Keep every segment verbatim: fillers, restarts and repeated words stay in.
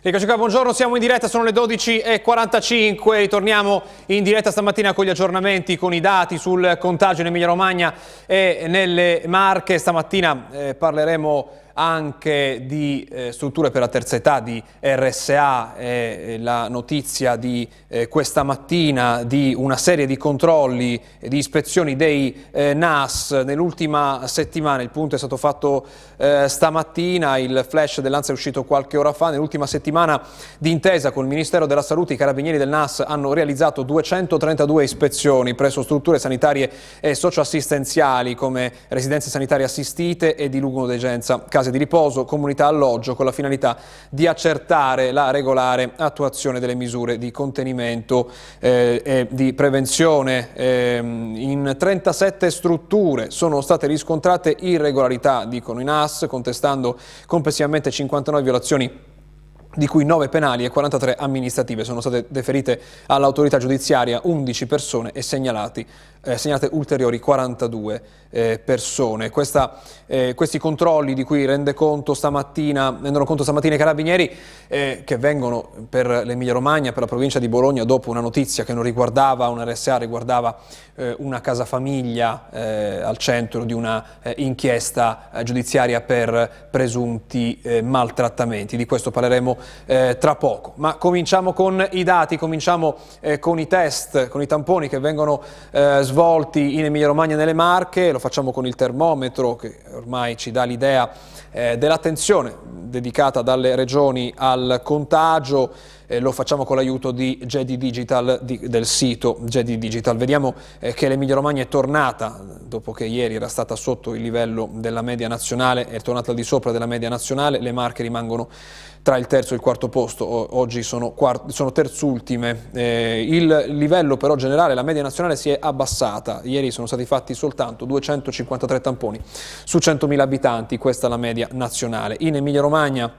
Eccoci qua, buongiorno, siamo in diretta, sono le dodici e quarantacinque, ritorniamo in diretta stamattina con gli aggiornamenti, con i dati sul contagio in Emilia Romagna e nelle Marche. Stamattina eh, parleremo anche di eh, strutture per la terza età, di R S A, eh, la notizia di eh, questa mattina di una serie di controlli e di ispezioni dei eh, N A S nell'ultima settimana. Il punto è stato fatto eh, stamattina, il flash dell'A N S è uscito qualche ora fa. Nell'ultima settimana, d'intesa con il Ministero della Salute, i carabinieri del N A S hanno realizzato duecentotrentadue ispezioni presso strutture sanitarie e socioassistenziali come residenze sanitarie assistite e di lungodegenza, case di riposo, comunità alloggio, con la finalità di accertare la regolare attuazione delle misure di contenimento eh, e di prevenzione. Eh, in trentasette strutture sono state riscontrate irregolarità, dicono i N A S, contestando complessivamente cinquantanove violazioni, di cui nove penali e quarantatré amministrative. Sono state deferite all'autorità giudiziaria undici persone e segnalati, eh, segnalate ulteriori quarantadue eh, persone. Questa, eh, questi controlli di cui rende conto stamattina, rendono conto stamattina i carabinieri eh, che vengono per l'Emilia Romagna, per la provincia di Bologna, dopo una notizia che non riguardava un R S A, riguardava eh, una casa famiglia eh, al centro di una eh, inchiesta eh, giudiziaria per presunti eh, maltrattamenti. Di questo parleremo Eh, tra poco, ma cominciamo con i dati, cominciamo eh, con i test, con i tamponi che vengono eh, svolti in Emilia Romagna e nelle Marche. Lo facciamo con il termometro che ormai ci dà l'idea eh, dell'attenzione dedicata dalle regioni al contagio. Eh, lo facciamo con l'aiuto di Gedi Digital, di, del sito Gedi Digital. Vediamo eh, che l'Emilia Romagna è tornata, dopo che ieri era stata sotto il livello della media nazionale, è tornata al di sopra della media nazionale. Le Marche rimangono tra il terzo e il quarto posto, oggi sono, sono terzultime. Eh, il livello però generale, la media nazionale, si è abbassata. Ieri sono stati fatti soltanto duecentocinquantatré tamponi su centomila abitanti, questa è la media nazionale. In Emilia Romagna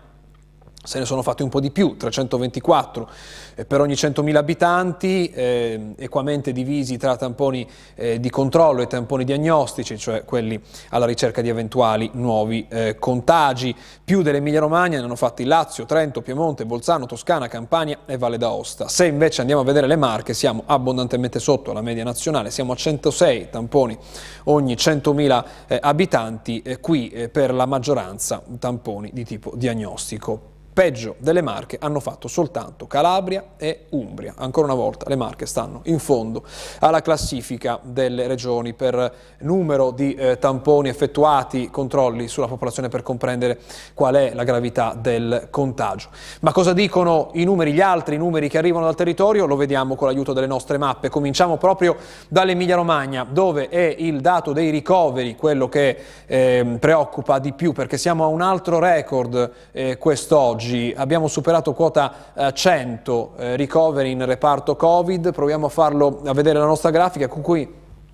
se ne sono fatti un po' di più, trecentoventiquattro eh, per ogni centomila abitanti, eh, equamente divisi tra tamponi eh, di controllo e tamponi diagnostici, cioè quelli alla ricerca di eventuali nuovi eh, contagi. Più dell'Emilia Romagna ne hanno fatti Lazio, Trento, Piemonte, Bolzano, Toscana, Campania e Valle d'Aosta. Se invece andiamo a vedere le Marche, siamo abbondantemente sotto la media nazionale, siamo a centosei tamponi ogni centomila eh, abitanti, eh, qui eh, per la maggioranza tamponi di tipo diagnostico. Peggio delle Marche hanno fatto soltanto Calabria e Umbria. Ancora una volta le Marche stanno in fondo alla classifica delle regioni per numero di eh, tamponi effettuati, controlli sulla popolazione, per comprendere qual è la gravità del contagio. Ma cosa dicono i numeri, gli altri numeri che arrivano dal territorio? Lo vediamo con l'aiuto delle nostre mappe. Cominciamo proprio dall'Emilia Romagna, dove è il dato dei ricoveri quello che eh, preoccupa di più, perché siamo a un altro record eh, quest'oggi. Abbiamo superato quota eh, cento eh, ricoveri in reparto Covid. Proviamo a farlo, a vedere la nostra grafica, con cui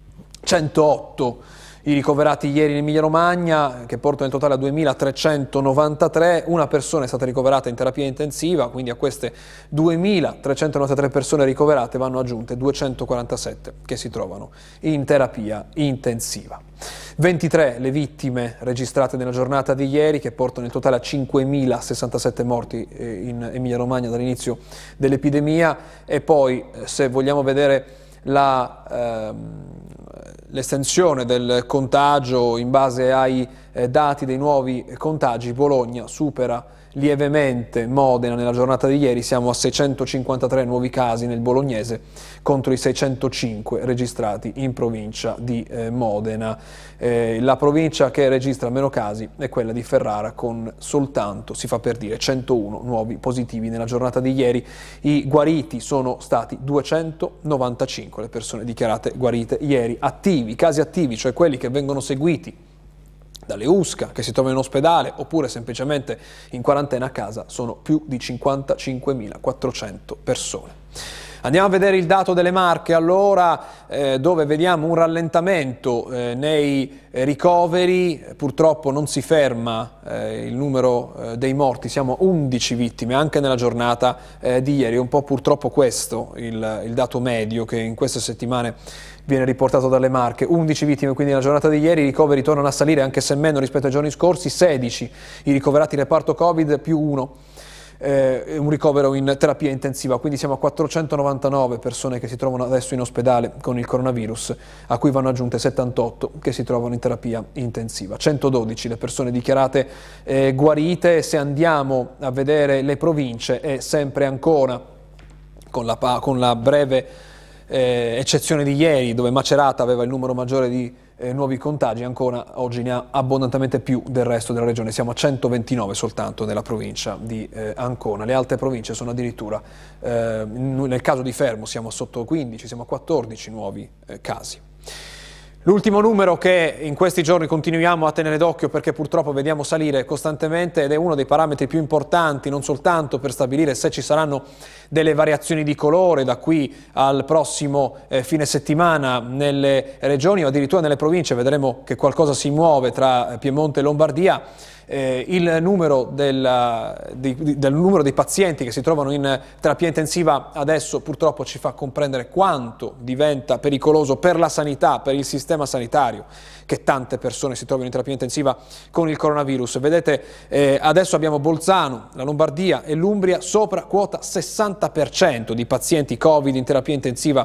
centootto i ricoverati ieri in Emilia Romagna, che portano il totale a duemilatrecentonovantatré. Una persona è stata ricoverata in terapia intensiva, quindi a queste duemilatrecentonovantatré persone ricoverate vanno aggiunte duecentoquarantasette che si trovano in terapia intensiva. ventitré le vittime registrate nella giornata di ieri, che portano il totale a cinquemilasessantasette morti in Emilia Romagna dall'inizio dell'epidemia. E poi, se vogliamo vedere la ehm, l'estensione del contagio in base ai eh, dati dei nuovi contagi, Bologna supera lievemente Modena nella giornata di ieri. Siamo a seicentocinquantatré nuovi casi nel bolognese contro i seicentocinque registrati in provincia di eh, Modena. Eh, la provincia che registra meno casi è quella di Ferrara, con soltanto, si fa per dire, centouno nuovi positivi nella giornata di ieri. I guariti sono stati duecentonovantacinque, le persone dichiarate guarite ieri. Attivi, casi attivi, cioè quelli che vengono seguiti dalle U S C A, che si trovano in ospedale oppure semplicemente in quarantena a casa, sono più di cinquantacinquemilaquattrocento persone. Andiamo a vedere il dato delle Marche, allora, eh, dove vediamo un rallentamento eh, nei eh, ricoveri. Purtroppo non si ferma eh, il numero eh, dei morti, siamo a undici vittime anche nella giornata eh, di ieri. È un po' purtroppo questo il, il dato medio che in queste settimane viene riportato dalle Marche. undici vittime quindi nella giornata di ieri. I ricoveri tornano a salire, anche se meno rispetto ai giorni scorsi. sedici i ricoverati in reparto Covid, più uno eh, un ricovero in terapia intensiva, quindi siamo a quattrocentonovantanove persone che si trovano adesso in ospedale con il coronavirus, a cui vanno aggiunte settantotto che si trovano in terapia intensiva, centododici le persone dichiarate eh, guarite. Se andiamo a vedere le province è sempre Ancona, con la, con la breve eh, eccezione di ieri dove Macerata aveva il numero maggiore di eh, nuovi contagi, Ancona oggi ne ha abbondantemente più del resto della regione, siamo a centoventinove soltanto nella provincia di eh, Ancona, le altre province sono addirittura, eh, nel caso di Fermo siamo sotto quindici, siamo a quattordici nuovi eh, casi. L'ultimo numero che in questi giorni continuiamo a tenere d'occhio perché purtroppo vediamo salire costantemente ed è uno dei parametri più importanti non soltanto per stabilire se ci saranno delle variazioni di colore da qui al prossimo eh, fine settimana nelle regioni o addirittura nelle province, vedremo che qualcosa si muove tra Piemonte e Lombardia. Eh, il numero del, di, del numero dei pazienti che si trovano in terapia intensiva adesso purtroppo ci fa comprendere quanto diventa pericoloso per la sanità, per il sistema sanitario, che tante persone si trovino in terapia intensiva con il coronavirus. Vedete, eh, adesso abbiamo Bolzano, la Lombardia e l'Umbria sopra quota sessanta per cento di pazienti Covid in terapia intensiva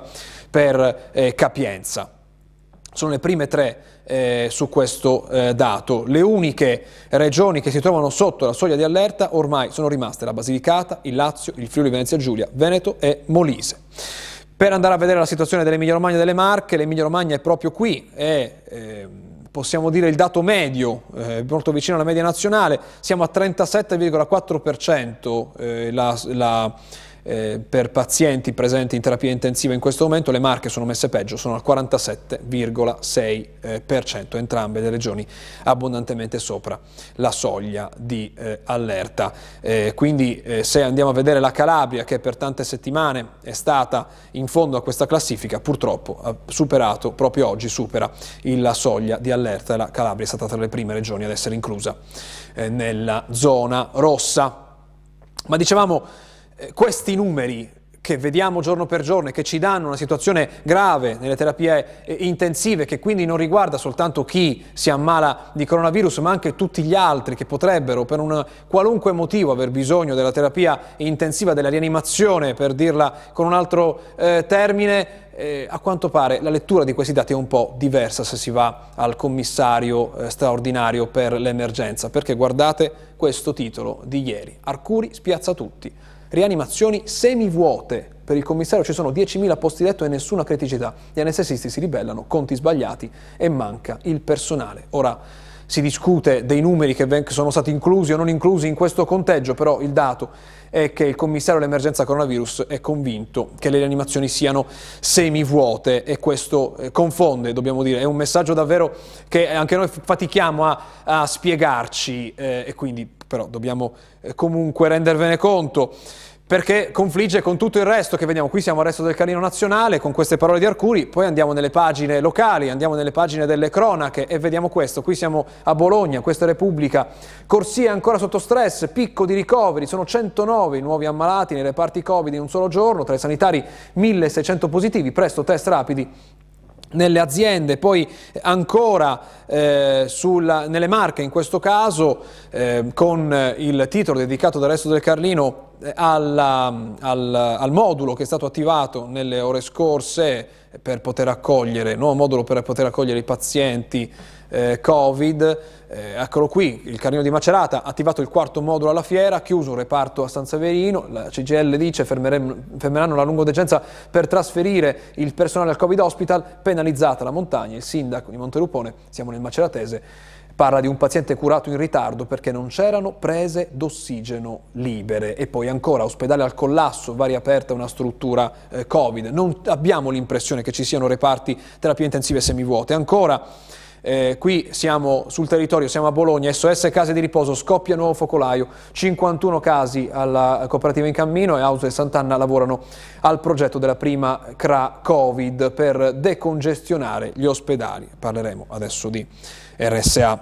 per eh, capienza. Sono le prime tre eh, su questo eh, dato. Le uniche regioni che si trovano sotto la soglia di allerta ormai sono rimaste la Basilicata, il Lazio, il Friuli Venezia Giulia, Veneto e Molise. Per andare a vedere la situazione dell'Emilia Romagna e delle Marche, l'Emilia Romagna è proprio qui, è eh, possiamo dire il dato medio, eh, molto vicino alla media nazionale, siamo a trentasette virgola quattro per cento eh, la, la Eh, per pazienti presenti in terapia intensiva in questo momento. Le Marche sono messe peggio, sono al quarantasette virgola sei per cento, entrambe le regioni abbondantemente sopra la soglia di eh, allerta. Eh, quindi eh, se andiamo a vedere la Calabria, che per tante settimane è stata in fondo a questa classifica, purtroppo ha superato, proprio oggi supera la soglia di allerta e la Calabria è stata tra le prime regioni ad essere inclusa eh, nella zona rossa. Ma dicevamo, questi numeri che vediamo giorno per giorno e che ci danno una situazione grave nelle terapie intensive, che quindi non riguarda soltanto chi si ammala di coronavirus ma anche tutti gli altri che potrebbero per un qualunque motivo aver bisogno della terapia intensiva, della rianimazione per dirla con un altro eh, termine. Eh, a quanto pare la lettura di questi dati è un po' diversa se si va al commissario eh, straordinario per l'emergenza, perché guardate questo titolo di ieri: Arcuri spiazza tutti, rianimazioni semivuote. Per il commissario ci sono diecimila posti letto e nessuna criticità, gli anestesisti si ribellano, conti sbagliati e manca il personale. Ora si discute dei numeri che sono stati inclusi o non inclusi in questo conteggio, però il dato è che il commissario all'emergenza coronavirus è convinto che le rianimazioni siano semivuote e questo eh, confonde, dobbiamo dire, è un messaggio davvero che anche noi fatichiamo a, a spiegarci eh, e quindi però dobbiamo eh, comunque rendervene conto, perché confligge con tutto il resto che vediamo. Qui siamo al Resto del Carlino Nazionale con queste parole di Arcuri, poi andiamo nelle pagine locali, andiamo nelle pagine delle cronache e vediamo questo. Qui siamo a Bologna, questa è Repubblica, corsie ancora sotto stress, picco di ricoveri, sono centonove i nuovi ammalati nei reparti Covid in un solo giorno, tra i sanitari milleseicento positivi, presto test rapidi nelle aziende. Poi ancora eh, sulla, nelle Marche in questo caso eh, con il titolo dedicato dal Resto del Carlino eh, alla, al, al modulo che è stato attivato nelle ore scorse per poter accogliere, nuovo modulo per poter accogliere i pazienti eh, Covid. Eh, eccolo qui, il Carlino di Macerata ha attivato il quarto modulo alla fiera, chiuso un reparto a San Severino, la C G I L dice fermeranno la lungodegenza per trasferire il personale al Covid Hospital, penalizzata la montagna. Il sindaco di Montelupone, siamo nel maceratese, parla di un paziente curato in ritardo perché non c'erano prese d'ossigeno libere. E poi ancora ospedale al collasso, va riaperta una struttura eh, Covid, non abbiamo l'impressione che ci siano reparti terapie intensive semivuote. Ancora Eh, qui siamo sul territorio, siamo a Bologna, S O S Case di Riposo, scoppia nuovo focolaio, cinquantuno casi alla cooperativa in cammino e Auso e Sant'Anna lavorano al progetto della prima C R A Covid per decongestionare gli ospedali. Parleremo adesso di R S A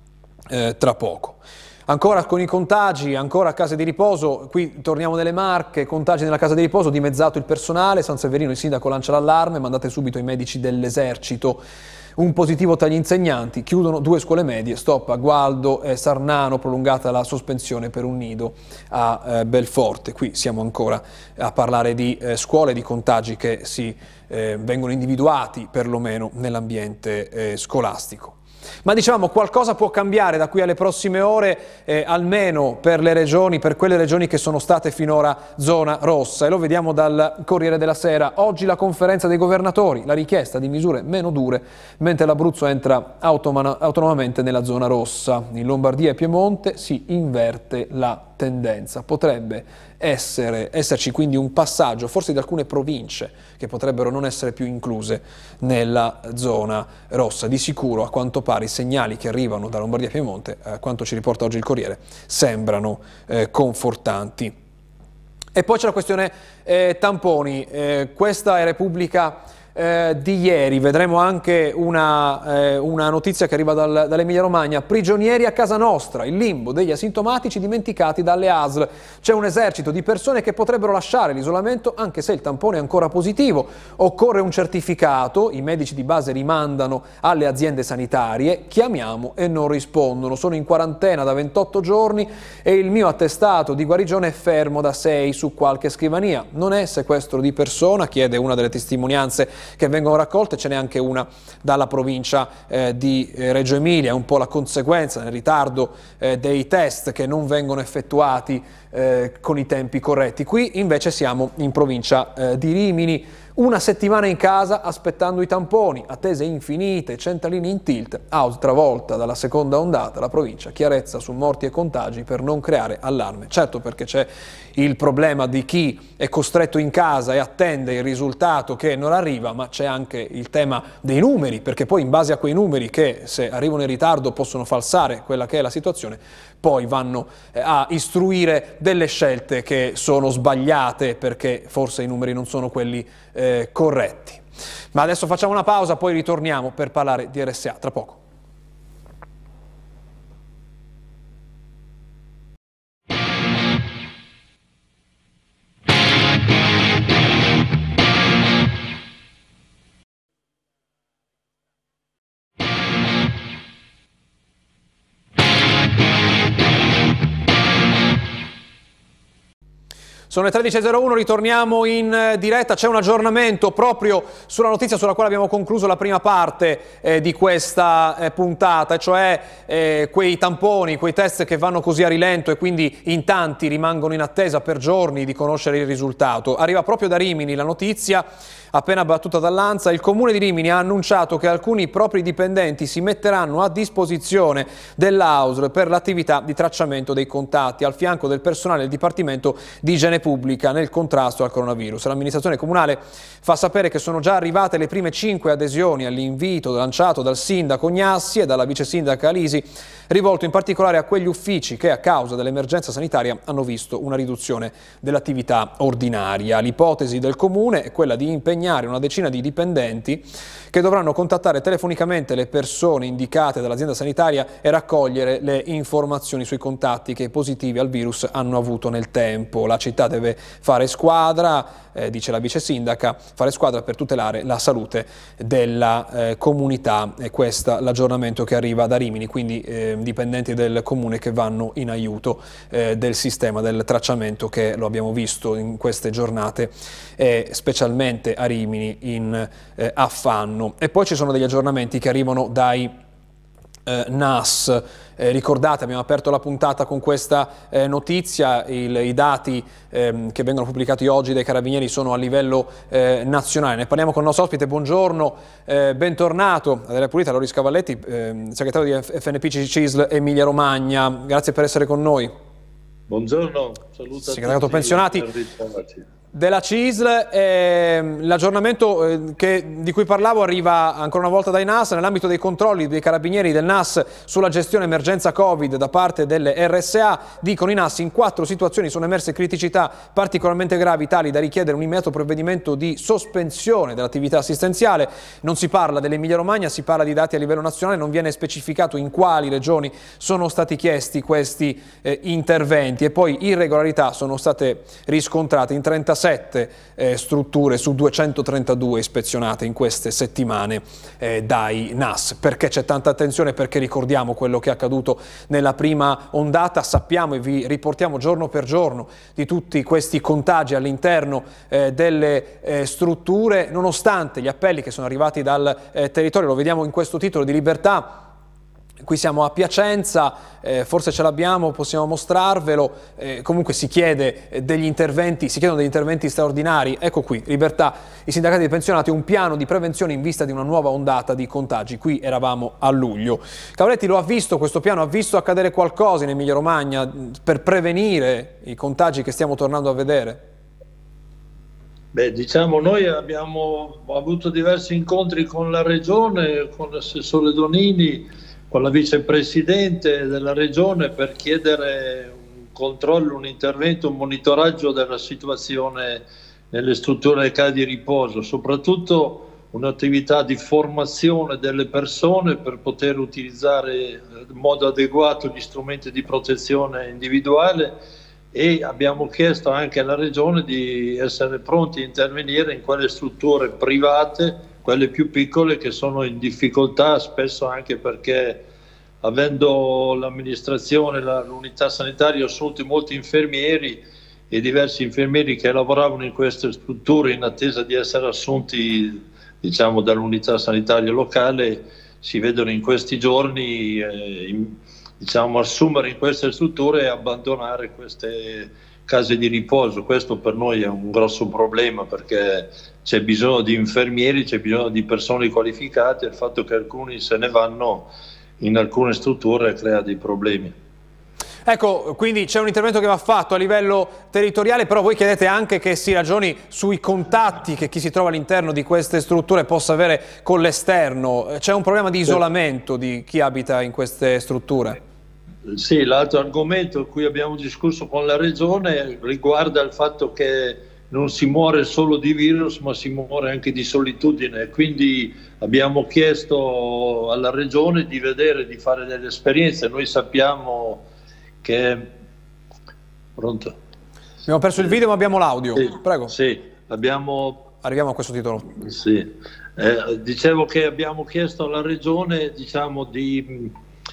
eh, tra poco. Ancora con i contagi, ancora a case di riposo, qui torniamo nelle Marche, contagi nella casa di riposo, dimezzato il personale, San Severino il sindaco lancia l'allarme, mandate subito i medici dell'esercito. un positivo tra gli insegnanti, chiudono due scuole medie, stop a Gualdo e Sarnano, prolungata la sospensione per un nido a eh, Belforte. Qui siamo ancora a parlare di eh, scuole, di contagi che si eh, vengono individuati perlomeno nell'ambiente eh, scolastico. Ma diciamo, qualcosa può cambiare da qui alle prossime ore, eh, almeno per le regioni, per quelle regioni che sono state finora zona rossa, e lo vediamo dal Corriere della Sera. Oggi la conferenza dei governatori, la richiesta di misure meno dure, mentre l'Abruzzo entra autonomamente nella zona rossa. In Lombardia e Piemonte si inverte la tendenza. Potrebbe essere, esserci quindi un passaggio, forse di alcune province, che potrebbero non essere più incluse nella zona rossa. Di sicuro, a quanto pare, i segnali che arrivano da Lombardia e Piemonte, a quanto ci riporta oggi il Corriere, sembrano eh, confortanti. E poi c'è la questione eh, tamponi. Eh, questa è Repubblica Eh, di ieri. Vedremo anche una, eh, una notizia che arriva dal, dall'Emilia Romagna. Prigionieri a casa nostra, il limbo degli asintomatici dimenticati dalle A S L. C'è un esercito di persone che potrebbero lasciare l'isolamento anche se il tampone è ancora positivo. Occorre un certificato, i medici di base rimandano alle aziende sanitarie, chiamiamo e non rispondono. Sono in quarantena da ventotto giorni e il mio attestato di guarigione è fermo da sei su qualche scrivania. Non è sequestro di persona, chiede una delle testimonianze che vengono raccolte. Ce n'è anche una dalla provincia eh, di eh, Reggio Emilia, è un po' la conseguenza del ritardo eh, dei test che non vengono effettuati eh, con i tempi corretti. Qui invece siamo in provincia eh, di Rimini. Una settimana in casa aspettando i tamponi, attese infinite, centraline in tilt, altra volta dalla seconda ondata, la provincia chiarezza su morti e contagi per non creare allarme. Certo, perché c'è il problema di chi è costretto in casa e attende il risultato che non arriva, ma c'è anche il tema dei numeri, perché poi in base a quei numeri, che se arrivano in ritardo possono falsare quella che è la situazione, poi vanno a istruire delle scelte che sono sbagliate perché forse i numeri non sono quelli eh, corretti. Ma adesso facciamo una pausa, poi ritorniamo per parlare di R S A tra poco. Sono le tredici e zero uno, ritorniamo in diretta. C'è un aggiornamento proprio sulla notizia sulla quale abbiamo concluso la prima parte eh, di questa eh, puntata, cioè eh, quei tamponi, quei test che vanno così a rilento e quindi in tanti rimangono in attesa per giorni di conoscere il risultato. Arriva proprio da Rimini la notizia, appena battuta dall'Ansa. Il Comune di Rimini ha annunciato che alcuni propri dipendenti si metteranno a disposizione dell'A U S L per l'attività di tracciamento dei contatti, al fianco del personale del Dipartimento di Igiene Pubblica nel contrasto al coronavirus. L'amministrazione comunale fa sapere che sono già arrivate le prime cinque adesioni all'invito lanciato dal sindaco Gnassi e dalla vice sindaca Alisi, rivolto in particolare a quegli uffici che a causa dell'emergenza sanitaria hanno visto una riduzione dell'attività ordinaria. L'ipotesi del comune è quella di impegnare una decina di dipendenti che dovranno contattare telefonicamente le persone indicate dall'azienda sanitaria e raccogliere le informazioni sui contatti che positivi al virus hanno avuto nel tempo. La città deve fare squadra, eh, dice la vice sindaca, fare squadra per tutelare la salute della eh, comunità. E questo l'aggiornamento che arriva da Rimini, quindi eh, dipendenti del comune che vanno in aiuto eh, del sistema del tracciamento che lo abbiamo visto in queste giornate e specialmente a Rimini in eh, affanno. E poi ci sono degli aggiornamenti che arrivano dai eh, N A S. Eh, ricordate, abbiamo aperto la puntata con questa eh, notizia, il, i dati ehm, che vengono pubblicati oggi dai Carabinieri sono a livello eh, nazionale. Ne parliamo con il nostro ospite, buongiorno, eh, bentornato Adele Pulita, Loris Cavalletti, eh, segretario di F N P C I S L Emilia Romagna, grazie per essere con noi. Buongiorno, saluto a segretario tutti pensionati della C I S L. Eh, l'aggiornamento eh, che, di cui parlavo arriva ancora una volta dai N A S. Nell'ambito dei controlli dei carabinieri del N A S sulla gestione emergenza Covid da parte delle R S A, dicono i N A S, in quattro situazioni sono emerse criticità particolarmente gravi tali da richiedere un immediato provvedimento di sospensione dell'attività assistenziale. Non si parla dell'Emilia Romagna, si parla di dati a livello nazionale, non viene specificato in quali regioni sono stati chiesti questi eh, interventi, e poi irregolarità sono state riscontrate in trentasei trentasette eh, strutture su duecentotrentadue ispezionate in queste settimane eh, dai N A S. Perché c'è tanta attenzione? Perché ricordiamo quello che è accaduto nella prima ondata, sappiamo e vi riportiamo giorno per giorno di tutti questi contagi all'interno eh, delle eh, strutture, nonostante gli appelli che sono arrivati dal eh, territorio. Lo vediamo in questo titolo di Libertà. Qui siamo a Piacenza, eh, forse ce l'abbiamo, possiamo mostrarvelo, eh, comunque si chiede degli interventi, si chiedono degli interventi straordinari. Ecco qui, Libertà, i sindacati dei pensionati, un piano di prevenzione in vista di una nuova ondata di contagi. Qui eravamo a luglio. Cavaletti lo ha visto questo piano, ha visto accadere qualcosa in Emilia Romagna per prevenire i contagi che stiamo tornando a vedere? Beh, diciamo, noi abbiamo avuto diversi incontri con la Regione, con l'assessore Donini, con la vicepresidente della Regione per chiedere un controllo, un intervento, un monitoraggio della situazione nelle strutture delle case di riposo, soprattutto un'attività di formazione delle persone per poter utilizzare in modo adeguato gli strumenti di protezione individuale, e abbiamo chiesto anche alla Regione di essere pronti a intervenire in quelle strutture private, quelle più piccole, che sono in difficoltà spesso anche perché, avendo l'amministrazione, l'unità sanitaria assunto molti infermieri e diversi infermieri che lavoravano in queste strutture in attesa di essere assunti, diciamo, dall'unità sanitaria locale, si vedono in questi giorni eh, in, diciamo, assumere in queste strutture e abbandonare queste case di riposo. Questo per noi è un grosso problema, perché c'è bisogno di infermieri, c'è bisogno di persone qualificate, e il fatto che alcuni se ne vanno in alcune strutture crea dei problemi. Ecco, quindi c'è un intervento che va fatto a livello territoriale, però voi chiedete anche che si ragioni sui contatti che chi si trova all'interno di queste strutture possa avere con l'esterno. C'è un problema di isolamento di chi abita in queste strutture? Sì, l'altro argomento a cui abbiamo discusso con la Regione riguarda il fatto che non si muore solo di virus, ma si muore anche di solitudine. Quindi abbiamo chiesto alla Regione di vedere, di fare delle esperienze. Noi sappiamo che... Pronto? Abbiamo perso il video ma abbiamo l'audio. Sì, prego. Sì, abbiamo... Arriviamo a questo titolo. Sì. Eh, dicevo che abbiamo chiesto alla Regione, diciamo, di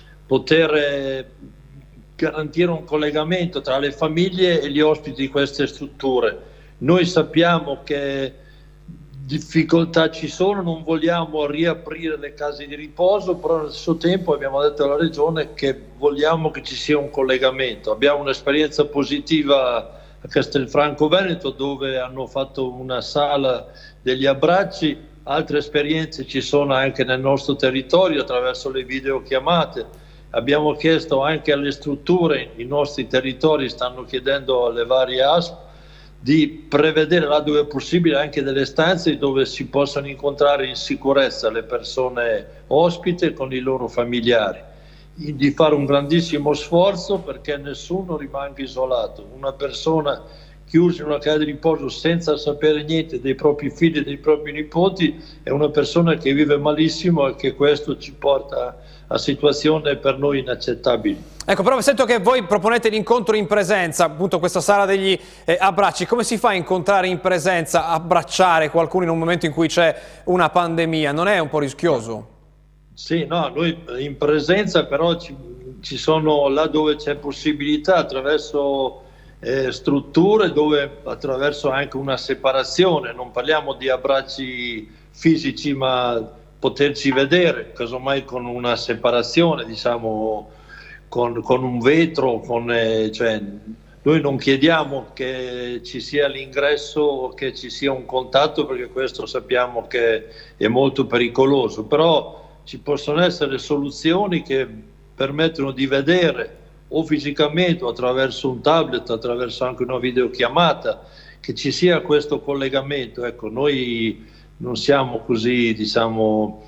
poter garantire un collegamento tra le famiglie e gli ospiti di queste strutture. Noi sappiamo che difficoltà ci sono, non vogliamo riaprire le case di riposo, però allo stesso tempo abbiamo detto alla Regione che vogliamo che ci sia un collegamento. Abbiamo un'esperienza positiva a Castelfranco Veneto, dove hanno fatto una sala degli abbracci. Altre esperienze ci sono anche nel nostro territorio attraverso le videochiamate. Abbiamo chiesto anche alle strutture, i nostri territori stanno chiedendo alle varie A S P di prevedere, là dove è possibile, anche delle stanze dove si possano incontrare in sicurezza le persone ospite con i loro familiari, di fare un grandissimo sforzo perché nessuno rimanga isolato. Una persona chiusa in una casa di riposo senza sapere niente dei propri figli e dei propri nipoti è una persona che vive malissimo, e che questo ci porta a situazioni per noi inaccettabili. Ecco, però sento che voi proponete l'incontro in presenza, appunto questa sala degli eh, abbracci. Come si fa a incontrare in presenza, abbracciare qualcuno in un momento in cui c'è una pandemia? Non è un po' rischioso? Sì, no, noi in presenza però ci, ci sono là dove c'è possibilità, attraverso eh, strutture dove attraverso anche una separazione, non parliamo di abbracci fisici ma poterci vedere, casomai con una separazione, diciamo, con, con un vetro, con, eh, cioè, noi non chiediamo che ci sia l'ingresso o che ci sia un contatto, perché questo sappiamo che è molto pericoloso, però ci possono essere soluzioni che permettono di vedere o fisicamente o attraverso un tablet, attraverso anche una videochiamata, che ci sia questo collegamento. Ecco, noi non siamo così, diciamo,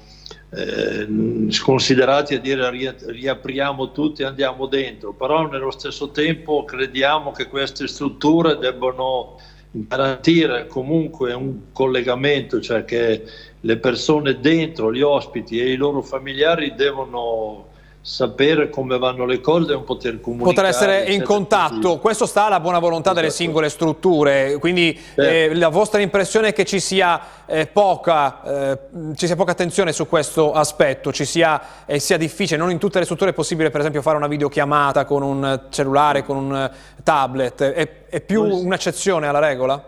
eh, sconsiderati a dire riapriamo tutti e andiamo dentro, però nello stesso tempo crediamo che queste strutture debbano garantire comunque un collegamento, cioè che le persone dentro, gli ospiti e i loro familiari devono sapere come vanno le cose e non poter comunicare. Poter essere in contatto, questo sta alla buona volontà esatto. delle singole strutture, quindi eh, la vostra impressione è che ci sia, eh, poca, eh, ci sia poca attenzione su questo aspetto, ci sia, eh, sia difficile, non in tutte le strutture è possibile per esempio fare una videochiamata con un cellulare, con un tablet, è, è più un'eccezione alla regola?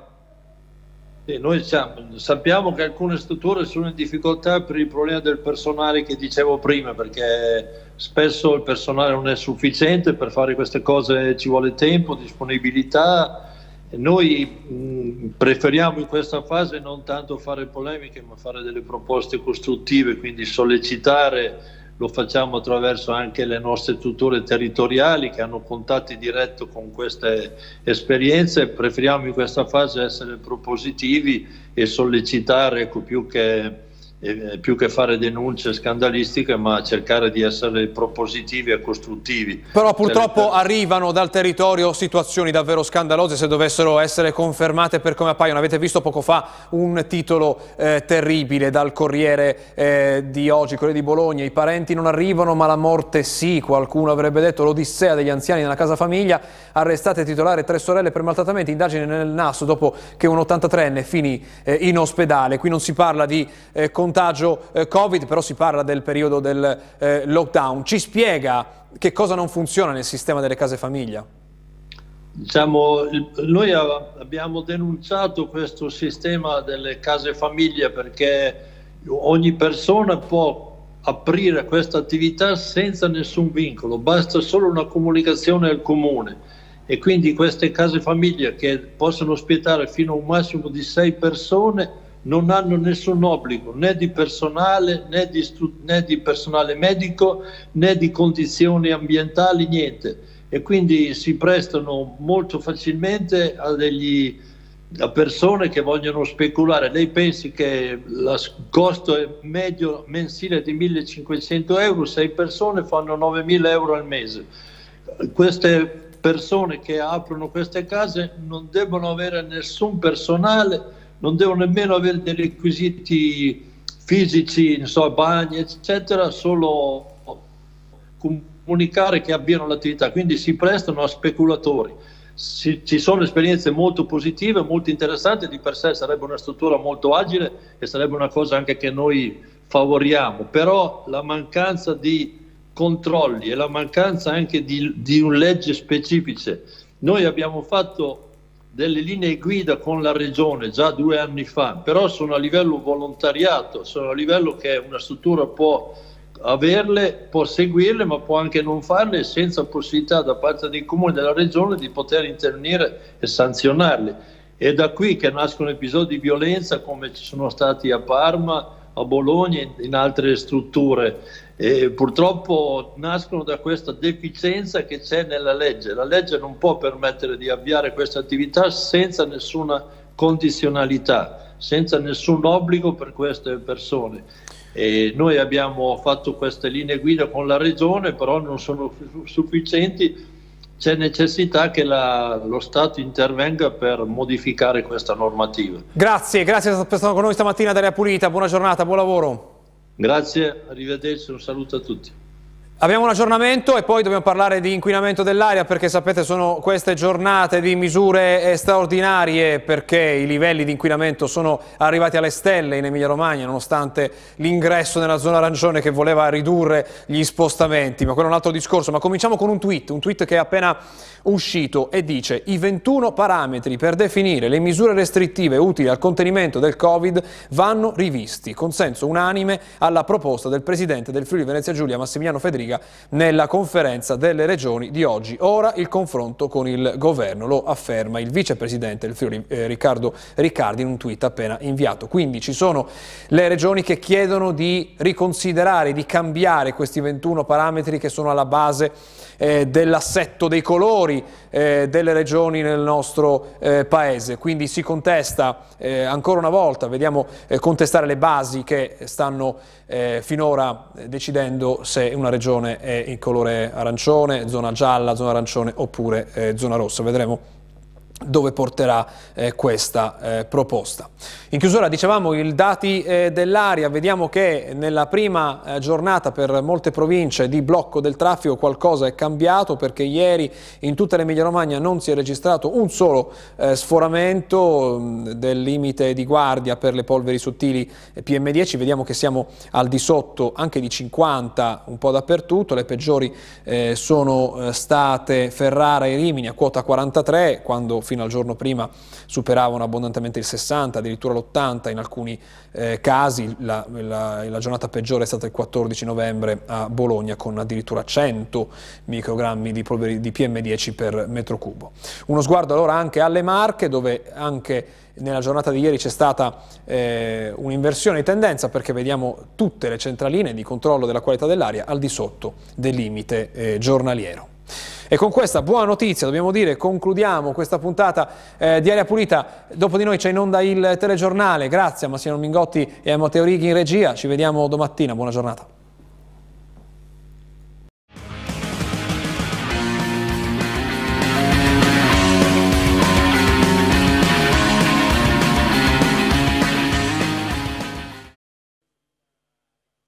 Sì, noi sappiamo che alcune strutture sono in difficoltà per il problema del personale che dicevo prima, perché spesso il personale non è sufficiente per fare queste cose, ci vuole tempo, disponibilità. E noi mh, preferiamo in questa fase non tanto fare polemiche ma fare delle proposte costruttive, quindi sollecitare. Lo facciamo attraverso anche le nostre strutture territoriali che hanno contatti diretti con queste esperienze. Preferiamo in questa fase essere propositivi e sollecitare, ecco, più che, eh, più che fare denunce scandalistiche, ma cercare di essere propositivi e costruttivi. Però purtroppo per... arrivano dal territorio situazioni davvero scandalose se dovessero essere confermate per come appaiono. Avete visto poco fa un titolo eh, terribile dal Corriere eh, di oggi, Corriere di Bologna: i parenti non arrivano ma la morte sì, qualcuno avrebbe detto l'odissea degli anziani nella casa famiglia, arrestate titolare e tre sorelle per maltrattamenti, indagini nel N A S dopo che un ottantatreenne finì eh, in ospedale. Qui non si parla di eh, contagio eh, Covid, però si parla del periodo del eh, lockdown. Ci spiega che cosa non funziona nel sistema delle case famiglia? Diciamo, noi abbiamo denunciato questo sistema delle case famiglia perché ogni persona può aprire questa attività senza nessun vincolo, basta solo una comunicazione al comune, e quindi queste case famiglia che possono ospitare fino a un massimo di sei persone non hanno nessun obbligo né di personale né di, né di personale medico né di condizioni ambientali, niente, e quindi si prestano molto facilmente a degli a persone che vogliono speculare. Lei pensi che il costo è medio mensile di millecinquecento euro, sei persone fanno novemila euro al mese. Queste persone che aprono queste case non devono avere nessun personale, non devono nemmeno avere dei requisiti fisici, non so, bagni eccetera, solo comunicare che abbiano l'attività, quindi si prestano a speculatori. Si, ci sono esperienze molto positive, molto interessanti, di per sé sarebbe una struttura molto agile e sarebbe una cosa anche che noi favoriamo, però la mancanza di controlli e la mancanza anche di, di un legge specifiche. Noi abbiamo fatto delle linee guida con la regione già due anni fa, però sono a livello volontariato, sono a livello che una struttura può averle, può seguirle, ma può anche non farle senza possibilità da parte dei comuni e della regione di poter intervenire e sanzionarle. È da qui che nascono episodi di violenza come ci sono stati a Parma, a Bologna e in altre strutture. E purtroppo nascono da questa deficienza che c'è nella legge. La legge non può permettere di avviare questa attività senza nessuna condizionalità, senza nessun obbligo per queste persone. E noi abbiamo fatto queste linee guida con la regione, però non sono sufficienti, c'è necessità che la, lo Stato intervenga per modificare questa normativa. Grazie, grazie per essere stato con noi stamattina ad Aria Pulita, buona giornata, buon lavoro. Grazie, arrivederci, un saluto a tutti. Abbiamo un aggiornamento e poi dobbiamo parlare di inquinamento dell'aria, perché sapete sono queste giornate di misure straordinarie, perché i livelli di inquinamento sono arrivati alle stelle in Emilia Romagna nonostante l'ingresso nella zona arancione che voleva ridurre gli spostamenti, ma quello è un altro discorso. Ma cominciamo con un tweet, un tweet che è appena uscito e dice: i ventuno parametri per definire le misure restrittive utili al contenimento del Covid vanno rivisti, consenso unanime alla proposta del presidente del Friuli Venezia Giulia Massimiliano Federica nella conferenza delle regioni di oggi. Ora il confronto con il governo, lo afferma il vicepresidente del Friuli eh, Riccardo Riccardi in un tweet appena inviato. Quindi ci sono le regioni che chiedono di riconsiderare, di cambiare questi ventuno parametri che sono alla base eh, dell'assetto dei colori eh, delle regioni nel nostro eh, paese. Quindi si contesta eh, ancora una volta, vediamo eh, contestare le basi che stanno eh, finora decidendo se una regione è in colore arancione, zona gialla, zona arancione oppure eh, zona rossa. Vedremo dove porterà eh, questa eh, proposta. In chiusura dicevamo i dati eh, dell'aria, vediamo che nella prima eh, giornata per molte province di blocco del traffico qualcosa è cambiato, perché ieri in tutta l'Emilia Romagna non si è registrato un solo eh, sforamento mh, del limite di guardia per le polveri sottili P M dieci, vediamo che siamo al di sotto anche di cinquanta un po' dappertutto, le peggiori eh, sono eh, state Ferrara e Rimini a quota quarantatré, quando fino al giorno prima superavano abbondantemente il sessanta, addirittura l'ottanta in alcuni eh, casi. La, la, la giornata peggiore è stata il quattordici novembre a Bologna, con addirittura cento microgrammi di, polveri, di P M dieci per metro cubo. Uno sguardo allora anche alle Marche, dove anche nella giornata di ieri c'è stata eh, un'inversione di tendenza, perché vediamo tutte le centraline di controllo della qualità dell'aria al di sotto del limite eh, giornaliero. E con questa buona notizia, dobbiamo dire, concludiamo questa puntata eh, di Aria Pulita. Dopo di noi c'è in onda il telegiornale. Grazie a Massimiliano Mingotti e a Matteo Righi in regia. Ci vediamo domattina. Buona giornata.